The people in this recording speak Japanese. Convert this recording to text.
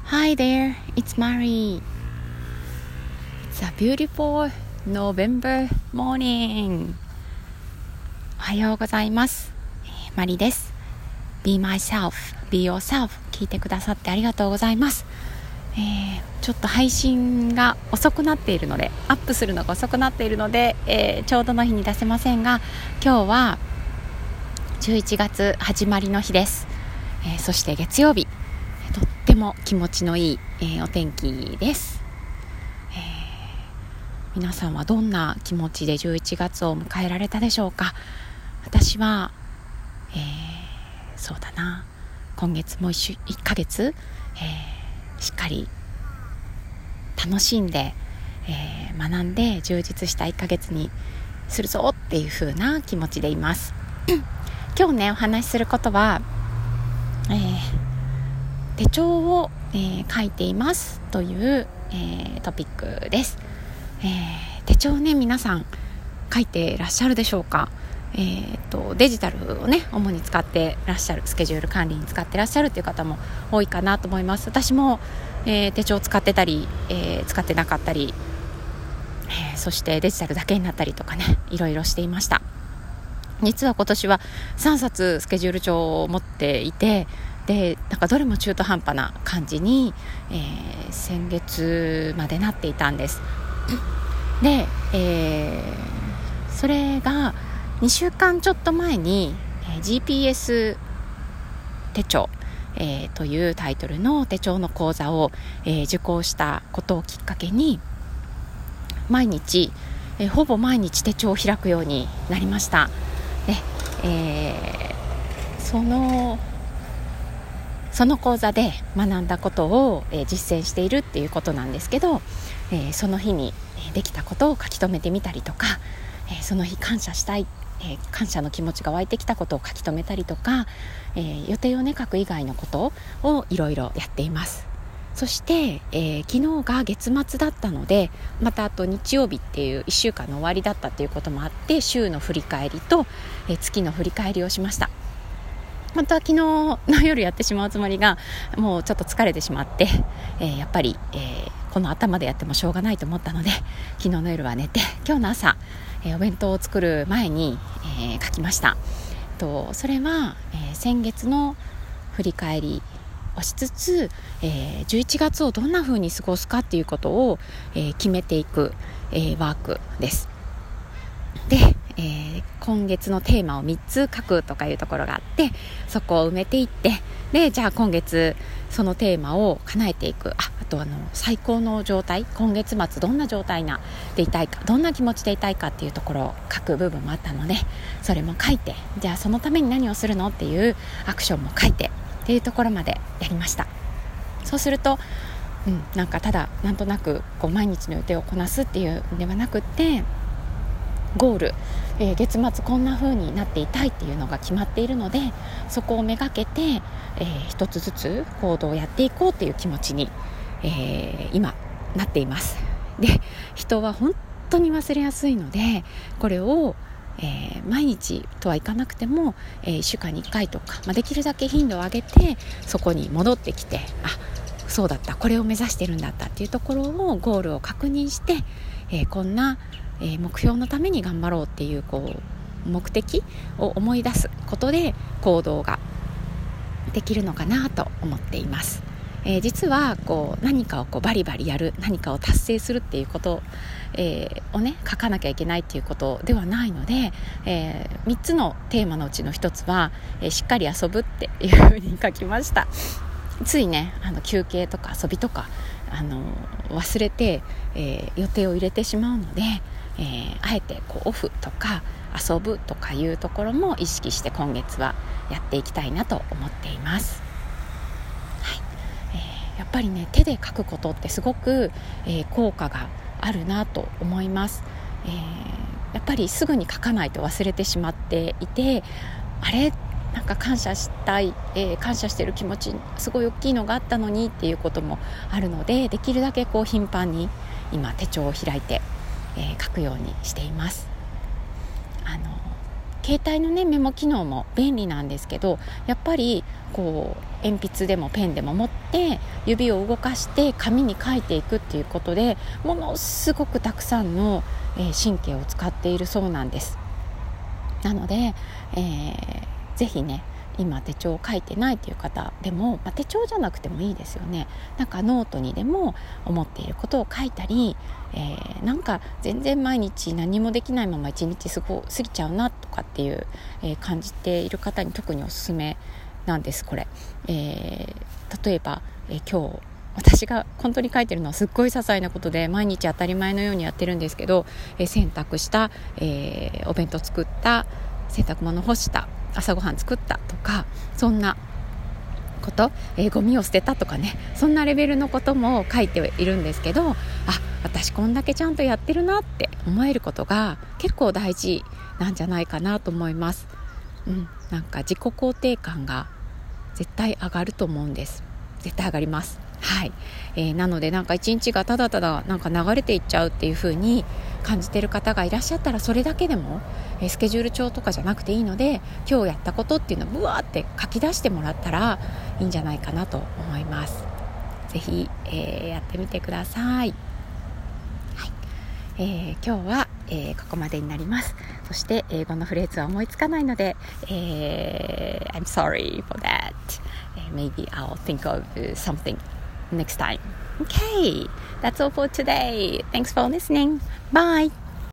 Hi there, it's Mari. It's a beautiful November morning. おはようございます。マリです。Be myself, be yourself 聞いてくださってありがとうございます。ちょっと配信が遅くなっているので、アップするのが遅くなっているので、ちょうどの日に出せませんが、今日は11月始まりの日です。そして月曜日、とっても気持ちのいい、お天気です。皆さんはどんな気持ちで11月を迎えられたでしょうか。私は、そうだな、今月も1ヶ月、しっかり楽しんで、学んで充実した1ヶ月にするぞっていう風な気持ちでいます今日ねお話しすることは、手帳を、書いていますという、トピックです。手帳ね、皆さん書いていらっしゃるでしょうか。デジタルをね主に使ってらっしゃる、スケジュール管理に使ってらっしゃるという方も多いかなと思います。私も、手帳を使ってたり、使ってなかったり、そしてデジタルだけになったりとかね、いろいろしていました。実は今年は3冊スケジュール帳を持っていて、でなんかどれも中途半端な感じに、先月までなっていたんですで、それが2週間ちょっと前に、GPS 手帳、というタイトルの手帳の講座を、受講したことをきっかけに毎日、ほぼ毎日手帳を開くようになりました。で、その講座で学んだことを、実践しているっていうことなんですけど、その日にできたことを書き留めてみたりとか、その日感謝したい、感謝の気持ちが湧いてきたことを書き留めたりとか、予定をね書く以外のことをいろいろやっています。そして、昨日が月末だったので、またあと日曜日っていう1週間の終わりだったということもあって、週の振り返りと、月の振り返りをしました。本当は昨日の夜やってしまうつもりが、もうちょっと疲れてしまって、やっぱり、この頭でやってもしょうがないと思ったので、昨日の夜は寝て、今日の朝、お弁当を作る前に、書きました。それは、先月の振り返りをしつつ、11月をどんな風に過ごすかっていうことを、決めていく、ワークです。で、今月のテーマを3つ書くとかいうところがあって、そこを埋めていって、でじゃあ今月そのテーマを叶えていく、あと最高の状態、今月末どんな状態でいたいか、どんな気持ちでいたいかっていうところを書く部分もあったので、それも書いて、じゃあそのために何をするのっていうアクションも書いてっていうところまでやりました。そうすると、なんかただなんとなくこう毎日の予定をこなすっていうのではなくって、ゴール、月末こんな風になっていたいっていうのが決まっているので、そこをめがけて、一つずつ行動をやっていこうっていう気持ちに、今なっています。で、人は本当に忘れやすいので、これを、毎日とはいかなくても、1週間に1回とか、できるだけ頻度を上げてそこに戻ってきて、そうだった、これを目指してるんだったっていうところを、ゴールを確認して、こんな目標のために頑張ろうっていう、目的を思い出すことで行動ができるのかなと思っています。実は何かをバリバリやる、何かを達成するっていうこと、をね書かなきゃいけないっていうことではないので、3つのテーマのうちの1つは、しっかり遊ぶっていうふうに書きました。ついね休憩とか遊びとか忘れて、予定を入れてしまうので、あえてオフとか遊ぶとかいうところも意識して今月はやっていきたいなと思っています。やっぱりね手で書くことってすごく、効果があるなと思います。やっぱりすぐに書かないと忘れてしまっていて、あれなんか感謝したい、感謝してる気持ちすごい大きいのがあったのにっていうこともあるので、できるだけ頻繁に今手帳を開いて、書くようにしています。携帯のねメモ機能も便利なんですけど、やっぱりこう鉛筆でもペンでも持って指を動かして紙に書いていくっていうことでものすごくたくさんの神経を使っているそうなんです。なので、ぜひね今手帳を書いてないという方でも、手帳じゃなくてもいいですよね。なんかノートにでも思っていることを書いたり、なんか全然毎日何もできないまま一日過ぎちゃうなとかっていう、感じている方に特におすすめなんですこれ。例えば、今日私が本当に書いてるのはすっごい些細なことで毎日当たり前のようにやってるんですけど、洗濯した、お弁当作った、洗濯物干した、朝ごはん作ったとか、そんなこと、ゴミを捨てたとかね、そんなレベルのことも書いているんですけど、私こんだけちゃんとやってるなって思えることが結構大事なんじゃないかなと思います。なんか自己肯定感が絶対上がると思うんです。絶対上がります。はい。なのでなんか一日がただただなんか流れていっちゃうっていう風に感じている方がいらっしゃったら、それだけでもスケジュール帳とかじゃなくていいので、今日やったことっていうのをブワーって書き出してもらったらいいんじゃないかなと思います。ぜひ、やってみてください。今日は、ここまでになります。そして英語のフレーズは思いつかないので、I'm sorry for that. Maybe I'll think of something next time. Okay, that's all for today. Thanks for listening. Bye.